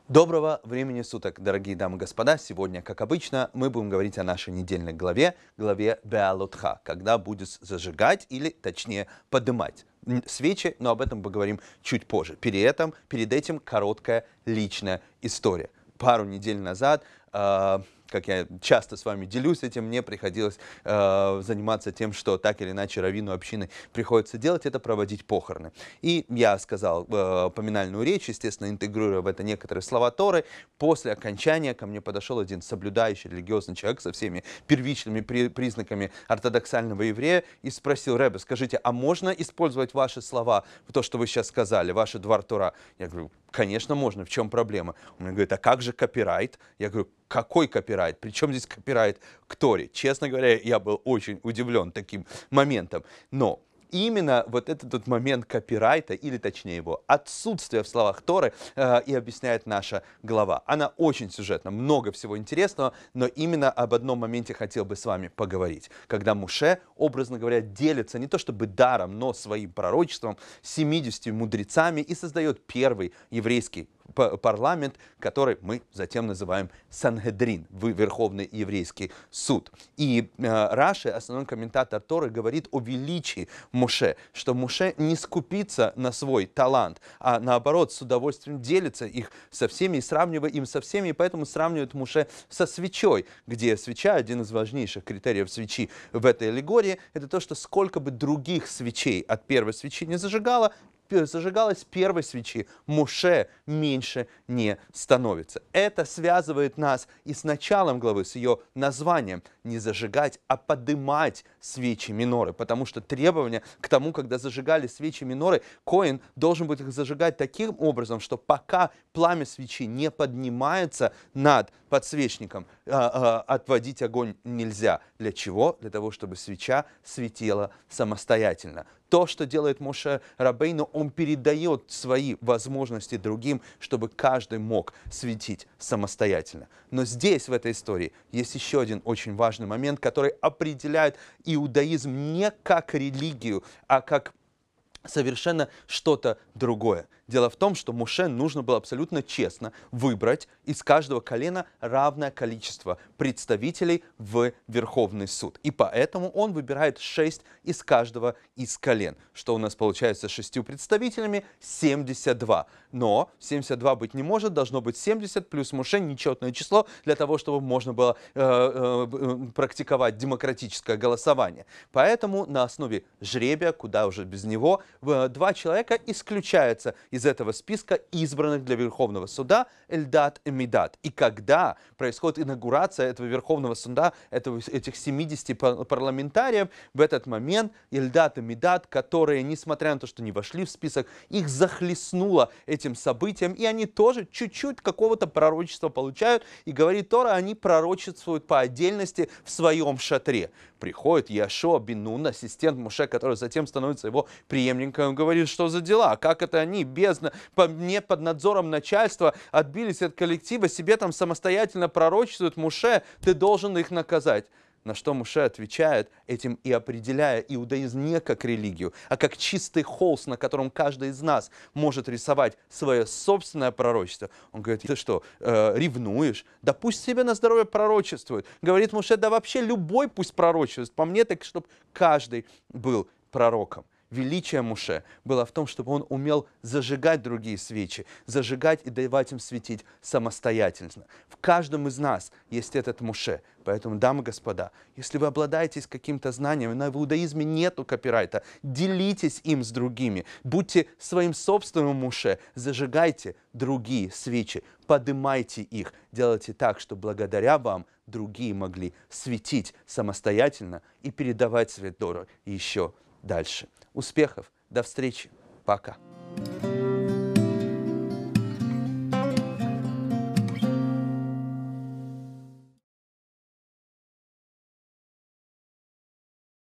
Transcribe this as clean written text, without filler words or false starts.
Доброго времени суток, дорогие дамы и господа. Сегодня, как обычно, мы будем говорить о нашей недельной главе Беалотха, когда будешь зажигать или, точнее, подымать свечи, но об этом поговорим чуть позже. Перед этим короткая личная история. Пару недель назад, как я часто с вами делюсь этим, мне приходилось заниматься тем, что так или иначе раввину общины приходится делать, это проводить похороны. И я сказал поминальную речь, естественно, интегрируя в это некоторые слова Торы. После окончания ко мне подошел один соблюдающий религиозный человек со всеми первичными признаками ортодоксального еврея и спросил: Ребе, скажите, а можно использовать ваши слова, то, что вы сейчас сказали, ваши Двар Тора? Я говорю: конечно, можно, в чем проблема? Он мне говорит: а как же копирайт? Я говорю: какой копирайт? Причем здесь копирайт к Торе? Честно говоря, я был очень удивлен таким моментом. Но именно вот этот вот момент копирайта, или точнее его отсутствие в словах Торы, и объясняет наша глава. Она очень сюжетна, много всего интересного, но именно об одном моменте хотел бы с вами поговорить. Когда Моше, образно говоря, делится не то чтобы даром, но своим пророчеством с 70 мудрецами и создает первый еврейский парламент, который мы затем называем Сангедрин, Верховный еврейский суд. И Раши, основной комментатор Торы, говорит о величии Моше, что Моше не скупится на свой талант, а наоборот с удовольствием делится их со всеми и сравнивая им со всеми, и поэтому сравнивает Моше со свечой, где свеча, один из важнейших критериев свечи в этой аллегории, это то, что сколько бы других свечей от первой свечи не зажигалась первой свечи, Моше меньше не становится. Это связывает нас и с началом главы, с ее названием. Не зажигать, а подымать свечи миноры. Потому что требования к тому, когда зажигали свечи миноры, коэн должен быть их зажигать таким образом, что пока пламя свечи не поднимается над подсвечником, отводить огонь нельзя. Для чего? Для того, чтобы свеча светила самостоятельно. То, что делает Моше Рабейну, он передает свои возможности другим, чтобы каждый мог светить самостоятельно. Но здесь, в этой истории, есть еще один очень важный момент, который определяет иудаизм не как религию, а как совершенно что-то другое. Дело в том, что Моше нужно было абсолютно честно выбрать из каждого колена равное количество представителей в Верховный суд. И поэтому он выбирает 6 из каждого из колен. Что у нас получается с 6 представителями? 72. Но 72 быть не может, должно быть 70 плюс Моше, нечетное число, для того, чтобы можно было практиковать демократическое голосование. Поэтому на основе жребия, куда уже без него, 2 человека исключаются из этого списка избранных для Верховного суда Эльдат и Медат. И когда происходит инаугурация этого Верховного суда, этих 70 парламентариев, в этот момент Эльдат и Медат, которые, несмотря на то, что не вошли в список, их захлестнуло этим событием, и они тоже чуть-чуть какого-то пророчества получают, и говорит Тора, они пророчествуют по отдельности в своем шатре. Приходит Яшуа бен Нун, ассистент Моше, который затем становится его преемником, говорит: что за дела, как это они не под надзором начальства отбились от коллектива, себе там самостоятельно пророчествуют. Моше, ты должен их наказать. На что Моше отвечает, этим и определяя иудаизм не как религию, а как чистый холст, на котором каждый из нас может рисовать свое собственное пророчество. Он говорит: ты что, ревнуешь? Да пусть себе на здоровье пророчествует. Говорит Моше: да вообще любой пусть пророчествует. По мне, так чтобы каждый был пророком. Величие Моше было в том, чтобы он умел зажигать другие свечи, зажигать и давать им светить самостоятельно. В каждом из нас есть этот Моше. Поэтому, дамы и господа, если вы обладаете каким-то знанием, на иудаизме нету копирайта, делитесь им с другими, будьте своим собственным Моше, зажигайте другие свечи, подымайте их, делайте так, чтобы благодаря вам другие могли светить самостоятельно и передавать свет Торы еще дальше. Успехов, до встречи, пока.